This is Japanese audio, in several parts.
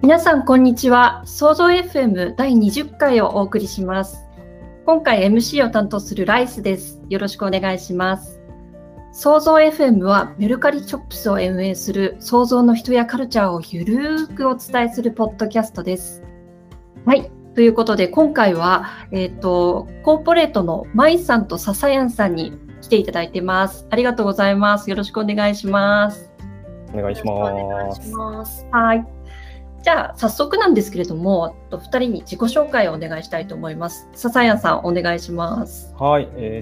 皆さんこんにちは。創造 FM 第20回をお送りします。今回 MC を担当するライスです。よろしくお願いします。創造 FM はメルカリショップスを運営する創造の人やカルチャーをゆるーくお伝えするポッドキャストです。はい。ということで今回は、コーポレートのマイさんとササヤンさんに来ていただいてます。ありがとうございます。よろしくお願いします。 お願いします。 はい。じゃあ早速なんですけれども、2人に自己紹介をお願いしたいと思います。ササヤンさんお願いします。 はい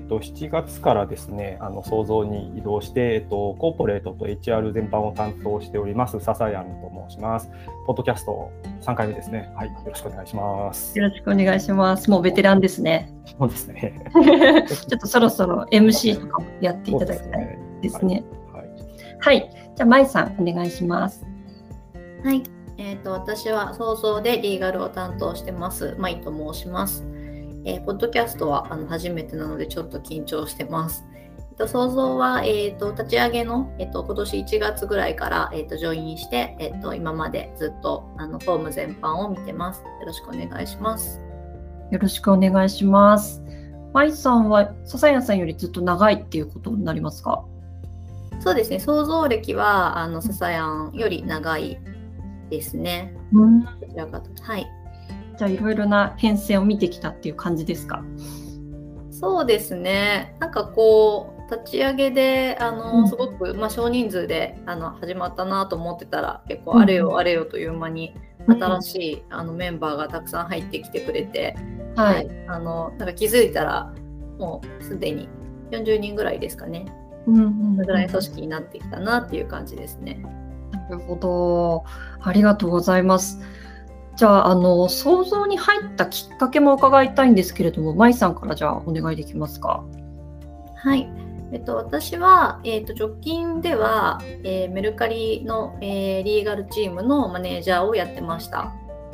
、7月からですね、創造に移動して、コーポレートと HR 全般を担当しておりますササヤンと申します。ポッドキャスト3回目ですね。はい、よろしくお願いします。 よろしくお願いします。もうベテランですね。 そうですね。 ちょっとそろそろ MC とかもやっていただきたいですね。はい。じゃあマイさんお願いします。 はい。私は創造でリーガルを担当してますマイと申します。ポッドキャストは初めてなのでちょっと緊張してます。創造は、立ち上げの、今年1月ぐらいから、ジョインして、今までずっとフォーム全般を見てます。よろしくお願いします。 よろしくお願いします。マイさんはササヤンさんよりずっと長いっていうことになりますか？ そうですね。創造歴はササヤンより長いですね。はい。 じゃあいろいろな変遷を見てきたっていう感じですか？ そうですね。なんかこう立ち上げですごく、少人数で始まったなと思ってたら結構あれよあれよという間に新しいメンバーがたくさん入ってきてくれて、はい。なんか気づいたらもうすでに40人ぐらいですかね。それぐらい組織になってきたなっていう感じですね。 なるほど。ありがとうございます。じゃあ、創造に入ったきっかけも伺いたいんですけれども、マイさんからじゃあお願いできますか？ はい。私は、直近では、メルカリの、リーガルチームのマネージャーをやってました。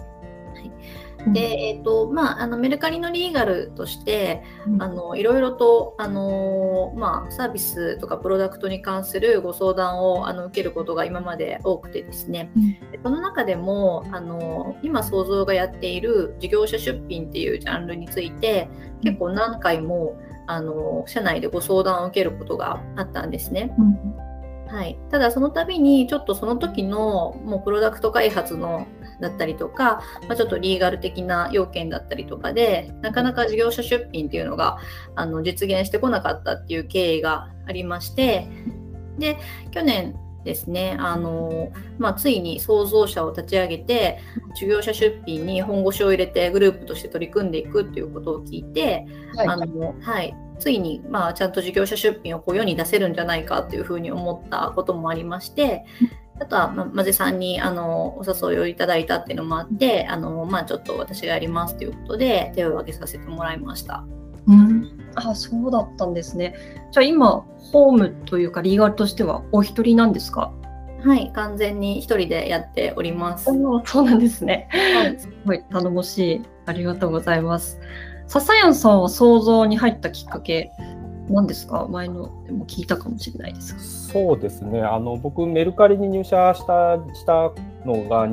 でメルカリのリーガルとしていろいろとサービスとかプロダクトに関するご相談を受けることが今まで多くてですね、この中でも今創造がやっている事業者出品っていうジャンルについて結構何回も社内でご相談を受けることがあったんですね。はい、ただその度にちょっとその時のもうプロダクト開発のだったりとか、ちょっとリーガル的な要件だったりとかでなかなか事業者出品っていうのが実現してこなかったっていう経緯がありまして、で去年ですねついに創造者を立ち上げて事業者出品に本腰を入れてグループとして取り組んでいくっていうことを聞いて、ついにちゃんと事業者出品を世に出せるんじゃないかっていうふうに思ったこともありまして、あとはマゼさんにお誘いをいただいたっていうのもあってちょっと私がやりますということで手を挙げさせてもらいました。 そうだったんですね。じゃあ今ホームというかリーガルとしてはお一人なんですか？ はい、完全に一人でやっております。 そうなんですね。すごい頼もしい。ありがとうございます。ササヤンさんは創造に入ったきっかけ何ですか？前のでも聞いたかもしれないですが。 そうですね。僕メルカリに入社したのが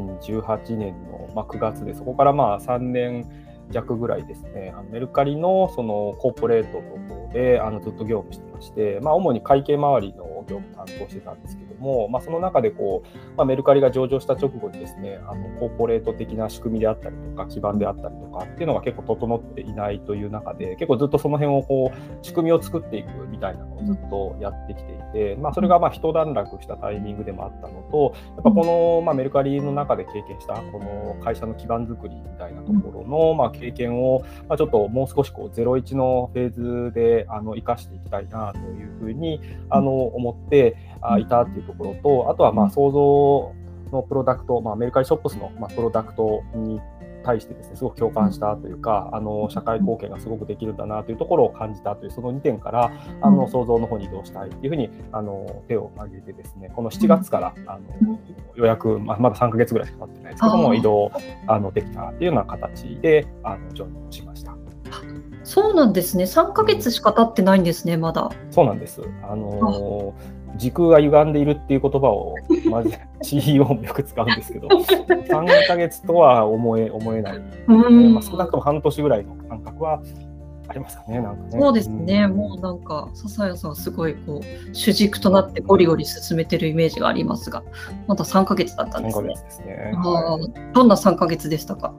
2018年の9月で、そこから3年弱ぐらいですね。メルカリのそのコーポレートの方でずっと業務してまして、主に会計周りの業務担当してたんですけども、その中でメルカリが上場した直後にですね、コーポレート的な仕組みであったりとか基盤であったりとかっていうのが結構整っていないという中で、結構ずっとその辺を仕組みを作っていくみたいなのをずっとやってきていて、それが一段落したタイミングでもあったのと、やっぱこのメルカリの中で経験したこの会社の基盤作りみたいなところの経験をちょっともう少し01のフェーズで生かしていきたいなというふうに思っていたっていうところと、あとは創造のプロダクト、メルカリショップスのプロダクトに対してですね、すごく共感したというか、社会貢献がすごくできるんだなというところを感じたという、その2点から創造の方に移動したいというふうに手を挙げてですね、この7月からようやく、まだ3ヶ月ぐらいしか経ってないですけども、移動できたというような形でジョインしました。 そうなんですね。3ヶ月しか経ってないんですね、まだ。 そうなんです。 時空が歪んでいるっていう言葉をまず CEO もよく使うんですけど3ヶ月とは思えない、少なくとも半年ぐらいの感覚はありますかね。なんかね、 そうですね、もうなんか笹谷さんはすごいこう主軸となってゴリゴリ進めてるイメージがありますが、まだ3ヶ月だったんですね。 3ヶ月ですね。 どんな3ヶ月でしたか？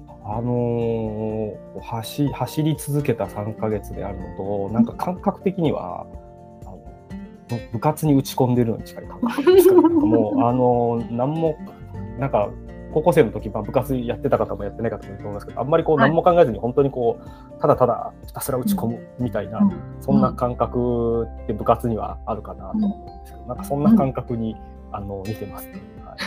走り続けた3ヶ月であるのと、なんか感覚的には部活に打ち込んでるのに近い感覚ですかね。もう何もなんか高校生の時、部活やってた方もやってない方もいると思いますけど、あんまりこう何も考えずに本当にこうただただひたすら打ち込むみたいな、そんな感覚って部活にはあるかなと思うんですけど、なんかそんな感覚に似てますね。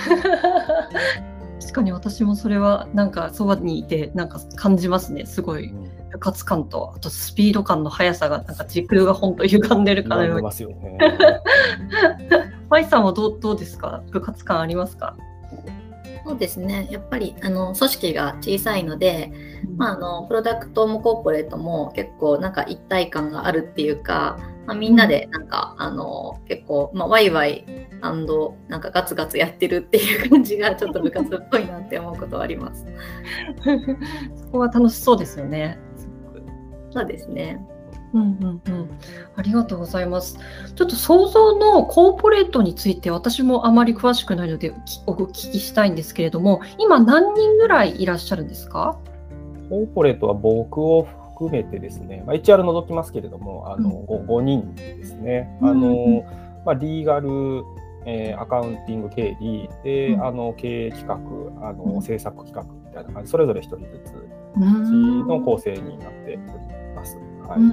確かに私もそれはなんかそばにいてなんか感じますね。すごい部活感とあとスピード感の速さがなんか時空が本当歪んでるかのように。 ますよね。 マイさんはどうですか？部活感ありますか？ そうですね、やっぱり組織が小さいので、プロダクトもコーポレートも結構なんか一体感があるっていうか、みんなでなんか結構、ワイワイなんかガツガツやってるっていう感じがちょっと部活っぽいなって思うことはあります。 そこは楽しそうですよね。 そうですね。 ありがとうございます。ちょっと想像のコーポレートについて私もあまり詳しくないのでお聞きしたいんですけれども、今何人ぐらいいらっしゃるんですか？ コーポレートは僕を含めてですね、HR 除きますけれども5人ですね。リーガル、アカウンティング経理で、経営企画、制作企画みたいな感じ、それぞれ1人ずつの構成になっております。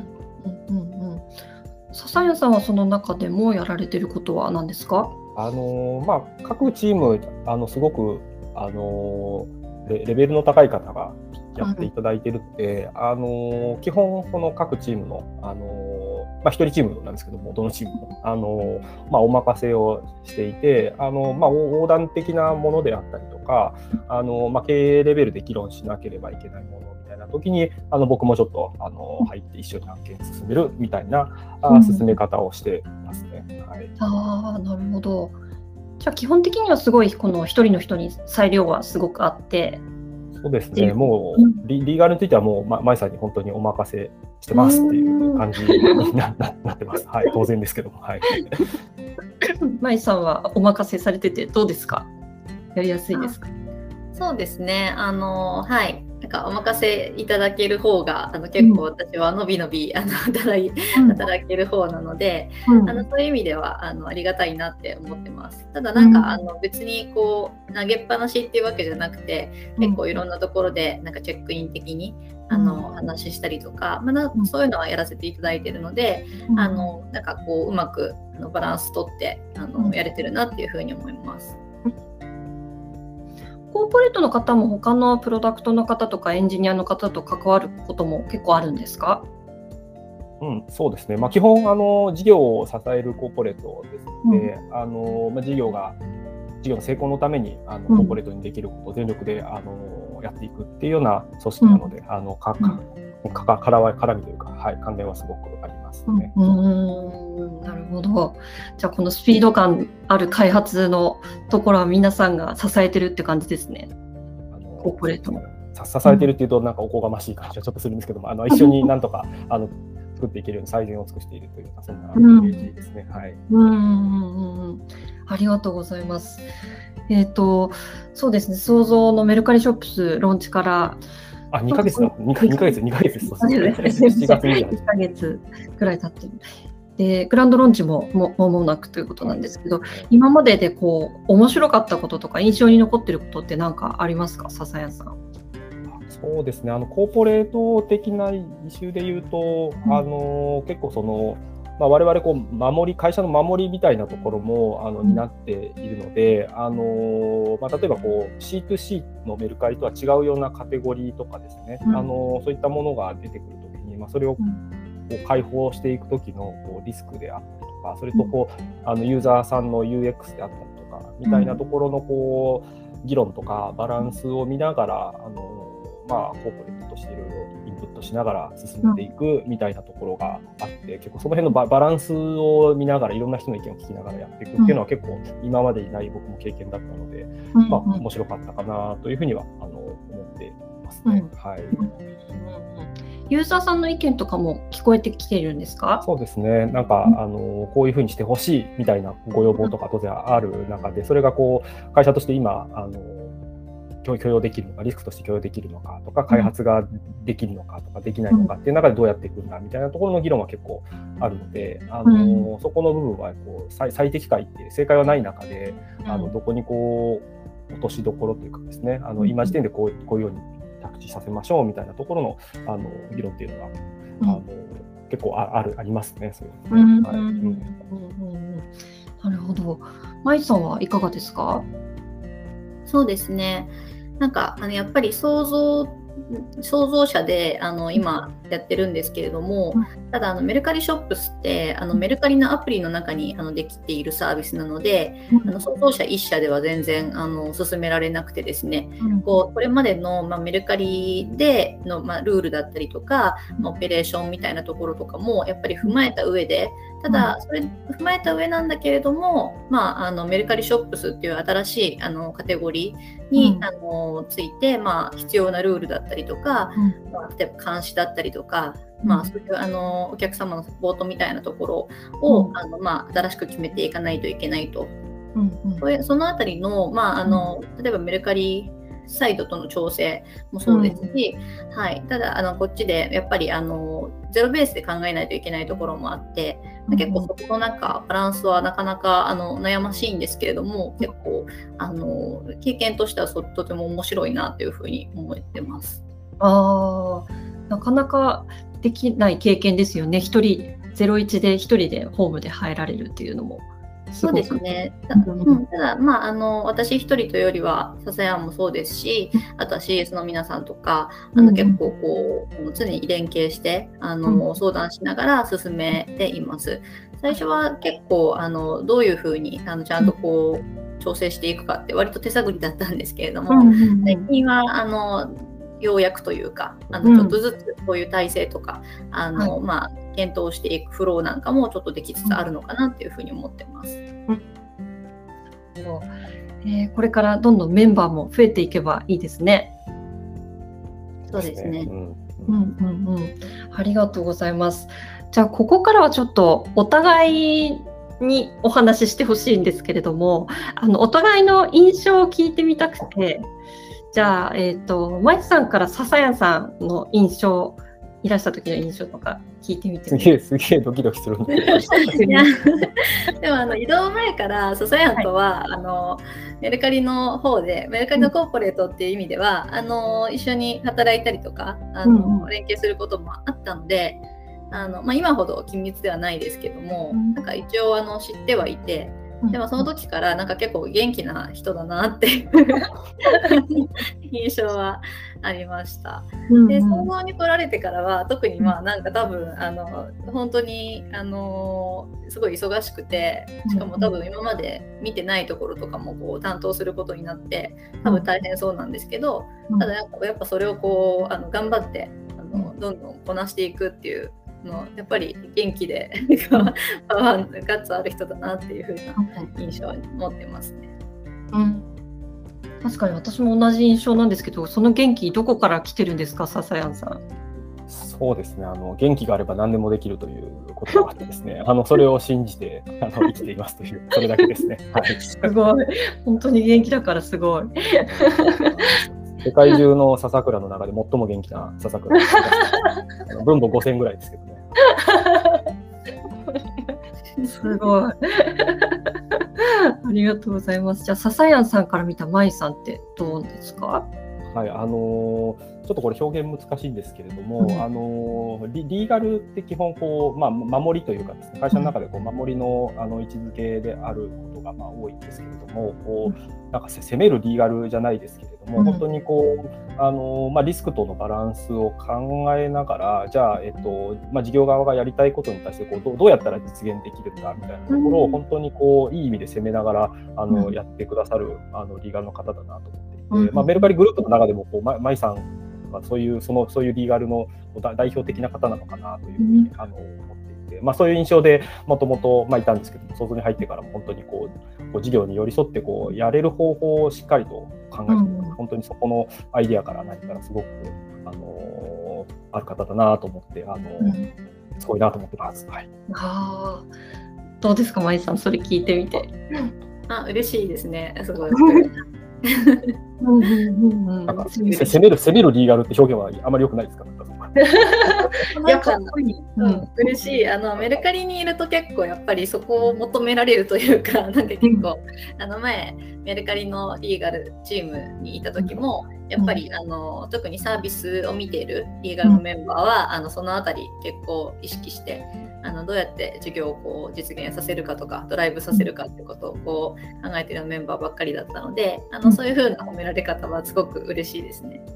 笹谷さんはその中でもやられていることは何ですか？ 各チームすごくレベルの高い方がやっていただいているので、基本この各チームの一人チームなんですけども、どのチームもお任せをしていて、横断的なものであったりとか、経営レベルで議論しなければいけないものみたいな時に僕もちょっと入って一緒に案件進めるみたいな進め方をしていますね。 なるほど。じゃあ基本的にはすごいこの一人の人に裁量はすごくあって。 そうですね、もうリーガルについてはもう舞さんに本当にお任せしてますっていう感じになってます。当然ですけども。 舞さんはお任せされててどうですか？やりやすいですか？ そうですね、なんかお任せいただける方が結構私はのびのび働ける方なので、そういう意味ではありがたいなって思ってます。ただなんか別にこう投げっぱなしっていうわけじゃなくて、結構いろんなところでなんかチェックイン的に話したりとか、そういうのはやらせていただいているので、なんかこううまくバランス取ってやれてるなっていうふうに思います。 コーポレートの方も他のプロダクトの方とかエンジニアの方と関わることも結構あるんですか？ そうですね、基本事業を支えるコーポレートですので、事業の成功のためにコーポレートにできることを全力でやっていくっていうような組織なので、絡みというか、関連はすごくありますね。 なるほど。じゃあこのスピード感ある開発のところは皆さんが支えてるって感じですね。コーポレートの支えてるっていうとなんかおこがましい感じはちょっとするんですけども、一緒になんとか作っていけるように最善を尽くしているというそんなイメージですね。 ありがとうございます。そうですね、創造のメルカリショップスローンチから 2ヶ月です。7月 1ヶ月くらい経ってる。でグランドローンチも間もなくということなんですけど、今まででこう面白かったこととか印象に残っていることって何かありますか、笹谷さん？ そうですね、コーポレート的なイシューでいうと、結構その、我々こう会社の守りみたいなところも担っているので、例えばこう C2C のメルカリとは違うようなカテゴリーとかですね、そういったものが出てくるときに、それを開放していくときのリスクであったりとか、それとユーザーさんの UX であったりとかみたいなところの議論とかバランスを見ながらコーポレートとしていろいろインプットしながら進めていくみたいなところがあって、結構その辺のバランスを見ながらいろんな人の意見を聞きながらやっていくっていうのは結構今までにない僕も経験だったので、面白かったかなというふうには思っていますね。はい。 ユーザーさんの意見とかも聞こえてきているんですか？ そうですね。なんか、こういうふうにしてほしいみたいなご要望とか当然ある中で、それがこう会社として今許容できるのか、リスクとして許容できるのかとか、開発ができるのかとかできないのかっていう中でどうやっていくんだみたいなところの議論は結構あるので、そこの部分はこう最適解って正解はない中で、どこにこう落としどころというかですね、今時点でこういうように着地させましょうみたいなところの議論っていうのは結構ありますね。そういうのね。 なるほど。まいさんはいかがですか？ そうですね。なんかやっぱり創造者で今やってるんですけれども、ただメルカリショップスってメルカリのアプリの中にできているサービスなので、創造者1社では全然進められなくてですね、これまでの、メルカリでの、ルールだったりとかオペレーションみたいなところとかもやっぱり踏まえた上で、ただそれ踏まえた上なんだけれども、メルカリショップスっていう新しいカテゴリーに、ついて、必要なルールだったりとか、例えば監視だったりとか、そういうお客様のサポートみたいなところを、新しく決めていかないといけないと。そのあたりの、例えばメルカリサイドとの調整もそうですし、ただこっちでやっぱりゼロベースで考えないといけないところもあって、結構そこのバランスはなかなか悩ましいんですけれども、結構経験としてはとても面白いなというふうに思ってます。 なかなかできない経験ですよね。01で一人でホームで入られるっていうのも。 そうですね。ただ、私一人というよりは、ささやんもそうですし、あとは CS の皆さんとか、結構常に連携して、相談しながら進めています。最初は結構、どういうふうに、ちゃんと調整していくかって割と手探りだったんですけれども、最近は、ようやくというか、ちょっとずつこういう体制とか、検討していくフローなんかもちょっとできつつあるのかなっていうふうに思ってます。 これからどんどんメンバーも増えていけばいいですね。 そうですね。 ありがとうございます。じゃあここからはちょっとお互いにお話ししてほしいんですけれども、お互いの印象を聞いてみたくて、じゃあまいさんからささやんさんの印象、いらした時の印象とか聞いてみて。 すげえドキドキするんで。 でも移動前からささやんとは、メルカリの方でメルカリのコーポレートっていう意味では、一緒に働いたりとか連携することもあったので、今ほど緊密ではないですけども、なんか一応知ってはいて、でもその時からなんか結構元気な人だなっていう印象はありました。で、総合に来られてからは特になんか多分本当にすごい忙しくて、しかも多分今まで見てないところとかも担当することになって多分大変そうなんですけど、ただやっぱそれを頑張ってどんどんこなしていくっていうやっぱり元気でパワーガッツある人だなっていう風な印象を持ってますね。 確かに私も同じ印象なんですけど、その元気どこから来てるんですか、ささやんさん。 そうですね、元気があれば何でもできるということがあってですね、それを信じて生きていますという、それだけですね。 すごい、本当に元気だからすごい。 世界中の笹倉の中で最も元気な笹倉分母5000ぐらいですけどね。 すごい。ありがとうございます。じゃあ、ささやんさんから見たまいさんってどうですか？ はい、ちょっとこれ表現難しいんですけれども、リーガルって基本守りというかですね、会社の中で守りの位置づけであることが多いんですけれども、なんか攻めるリーガルじゃないですけれども、本当にリスクとのバランスを考えながら、じゃあ、事業側がやりたいことに対してどうやったら実現できるんだみたいなところを本当にいい意味で攻めながらやってくださるリーガルの方だなと思っていて、メルカリグループの中でもまいさんかそういうリーガルの代表的な方なのかなというふうに思っていて、そういう印象でもともといたんですけど、想像に入ってからも本当にこう事業に寄り添ってやれる方法をしっかりと考えて、本当にそこのアイデアから何からすごくある方だなと思って、すごいなと思ってます。はい。 どうですか、まいさん、それ聞いてみて。 嬉しいですね。すごい。 なんか攻めるリーガルって表現はあまり良くないですか？ やっぱ嬉しい。メルカリにいると結構やっぱりそこを求められるというか、なんか結構前メルカリのリーガルチームにいた時もやっぱり特にサービスを見ているリーガルのメンバーはそのあたり結構意識してどうやって事業を実現させるかとかドライブさせるかってことを考えているメンバーばっかりだったので、そういう風な褒められ方はすごく嬉しいですね。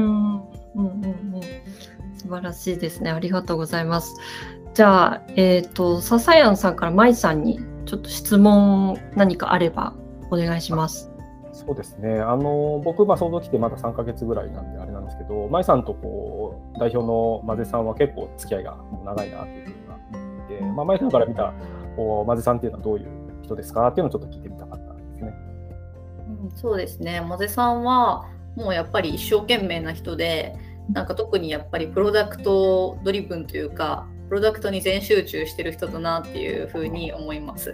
素晴らしいですね。ありがとうございます。じゃあ、ささやんさんからまいさんにちょっと質問何かあればお願いします。 そうですね。僕、想像来てまだ3ヶ月ぐらいなんであれなんですけど、まいさんと代表のまぜさんは結構付き合いが長いなというふうには思っていて、まいさんから見たまぜさんっていうのはどういう人ですかっていうのをちょっと聞いてみたかったんですね。 そうですね。まぜさんはもうやっぱり一生懸命な人で、なんか特にやっぱりプロダクトドリブンというか、プロダクトに全集中してる人だなっていうふうに思います。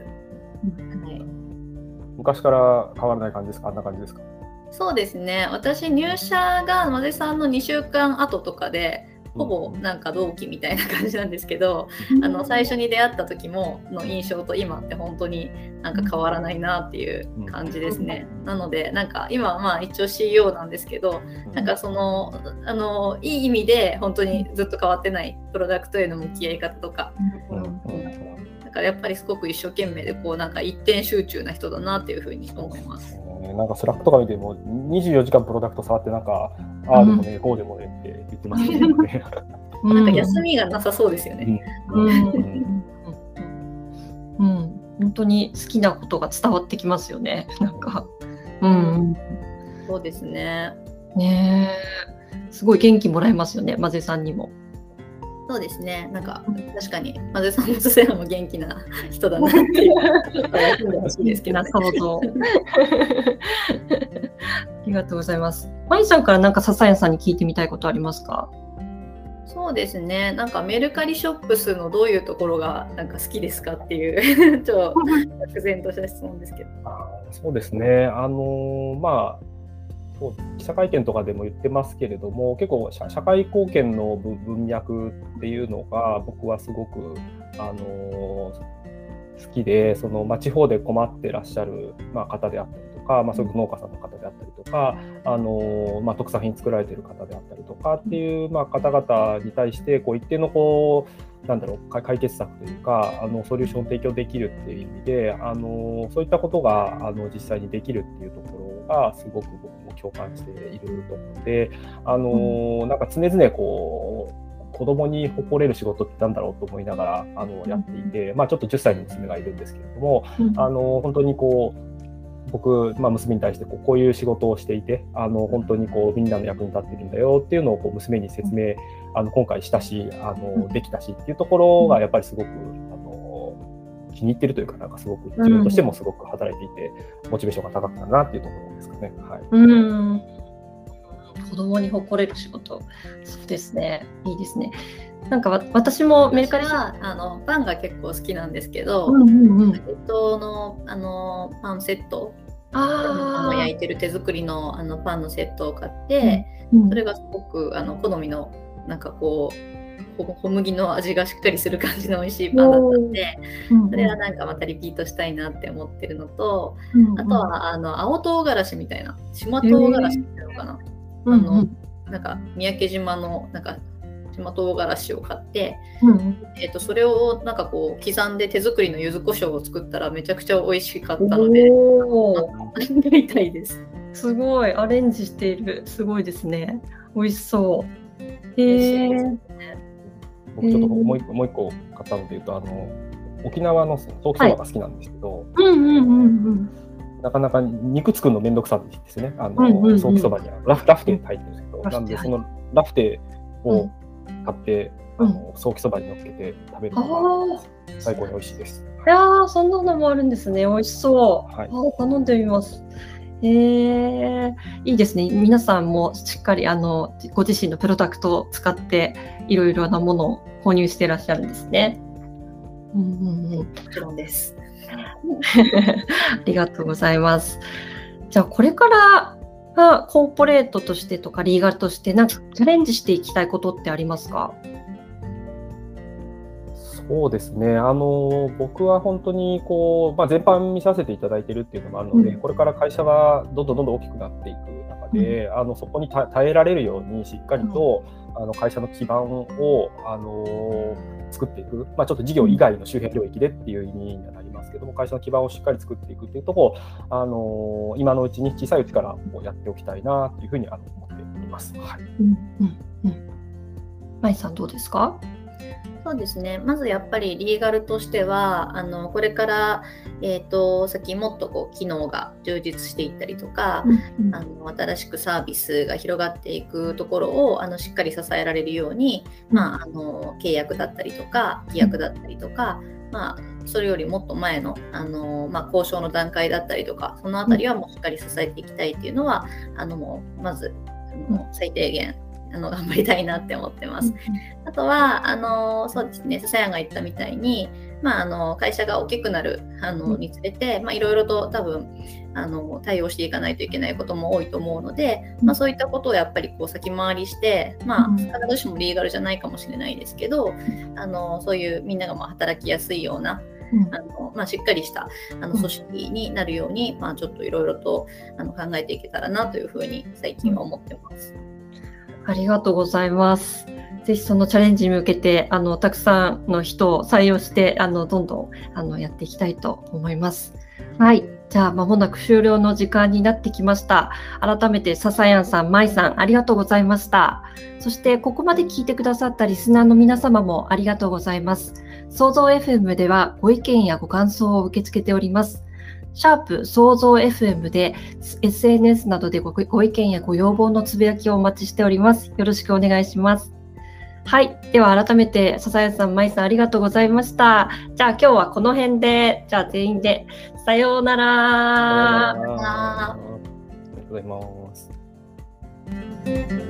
昔から変わらない感じですか？あんな感じですか？ そうですね。私入社がまぜさんの2週間後とかで、ほぼなんか同期みたいな感じなんですけど、最初に出会った時の印象と今って本当になんか変わらないなっていう感じですね。なのでなんか今一応 CEO なんですけど、なんかいい意味で本当にずっと変わってないプロダクトへの向き合い方とか、だからやっぱりすごく一生懸命でなんか一点集中な人だなっていうふうに思います。 なんかスラックとか見ても24時間プロダクト触ってなんかああでもねこうでもねって言ってますけどね。 なんか休みがなさそうですよね。 本当に好きなことが伝わってきますよね。なんか、 そうですね。 すごい元気もらえますよね、まぜさんにも。 そうですね。なんか確かにまぜさんもすせらも元気な人だなっていうほしいですけど、ね、 想像。ありがとうございます。まいさんからなんかささやさんに聞いてみたいことありますか？ そうですね。なんかメルカリショップスのどういうところがなんか好きですかっていう超漠然とした質問ですけど。 そうですね。記者会見とかでも言ってますけれども、結構社会貢献の文脈っていうのが僕はすごく好きで、地方で困ってらっしゃる方であったりとか、そういう農家さんの方であったりとか、特産品作られている方であったりとかっていう方々に対して一定の解決策というかソリューションを提供できるっていう意味でそういったことが実際にできるっていうところがすごく僕も共感していると思ってなんか常々子供に誇れる仕事ってなんだろうと思いながらやっていて、ちょっと10歳の娘がいるんですけれども、本当に僕、娘に対してこういう仕事をしていて本当にみんなの役に立っているんだよっていうのを娘に説明今回したしできたしっていうところがやっぱりすごく気に入ってるというか、なんかすごく自分としてもすごく働いていてモチベーションが高くなるなっていうところですかね。 子供に誇れる仕事、そうですね、いいですね。なんか私もメルカリはパンが結構好きなんですけど、パンセット焼いてる手作りのパンのセットを買って、それがすごく好みのなんか小麦の味がしっかりする感じの美味しいパンだったので、それはなんかまたリピートしたいなって思ってるのと、あとは青唐辛子みたいな島唐辛子っていうのかな、なんか三宅島のなんか島唐辛子を買って、それをなんか刻んで手作りの柚子胡椒を作ったらめちゃくちゃ美味しかったのでやりたいです。 すごいアレンジしている、すごいですね。美味しそう。 僕ちょっともう一個買ったので言うと沖縄のソーキそばが好きなんですけど、 なかなか肉作るのめんどくさいですね。ソーキそばにはラフテーって入ってるんですけど、なのでそのラフテーを買って、ソーキそばに乗っけて食べるのが最高に美味しいです。 いやー、そんなのもあるんですね。美味しそう。はい、頼んでみます。いいですね。皆さんもしっかりご自身のプロダクトを使っていろいろなものを購入していらっしゃるんですね。 もちろんです。 ありがとうございます。じゃあこれからコーポレートとしてとかリーガルとしてなんかチャレンジしていきたいことってありますか？ そうですね。僕は本当に全般見させていただいているっていうのもあるので、これから会社がどんどん大きくなっていく中で、そこに耐えられるようにしっかりと、会社の基盤を作っていく、ちょっと事業以外の周辺領域でっていう意味にはなりますけども、会社の基盤をしっかり作っていくっていうところを今のうちに小さいうちからやっておきたいなというふうに思っています。はい。 まいさんどうですか？ そうですね。まずやっぱりリーガルとしてはこれから、先もっと機能が充実していったりとか、新しくサービスが広がっていくところをしっかり支えられるように、契約だったりとか規約だったりとか、それよりもっと前の、交渉の段階だったりとか、そのあたりはもうしっかり支えていきたいっていうのはもうまず最低限頑張りたいなって思ってます。あとはそうですね、笹谷が言ったみたいに、会社が大きくなるにつれて、いろいろと多分対応していかないといけないことも多いと思うので、そういったことをやっぱり先回りして、必ずしもリーガルじゃないかもしれないですけど、そういうみんなが働きやすいようなしっかりした組織になるように、ちょっといろいろと考えていけたらなというふうに最近は思ってます。 ありがとうございます。ぜひそのチャレンジに向けてたくさんの人を採用してどんどんやっていきたいと思います。はい、じゃあ間もなく終了の時間になってきました。改めて笹谷さん、まいさんありがとうございました。そしてここまで聞いてくださったリスナーの皆様もありがとうございます。創造 FM ではご意見やご感想を受け付けております。シャープ創造 FM で SNS などでご意見やご要望のつぶやきをお待ちしております。よろしくお願いします。はい。では改めて笹谷さん、まいさんありがとうございました。じゃあ今日はこの辺で、じゃあ全員でさようなら。 ありがとうございます。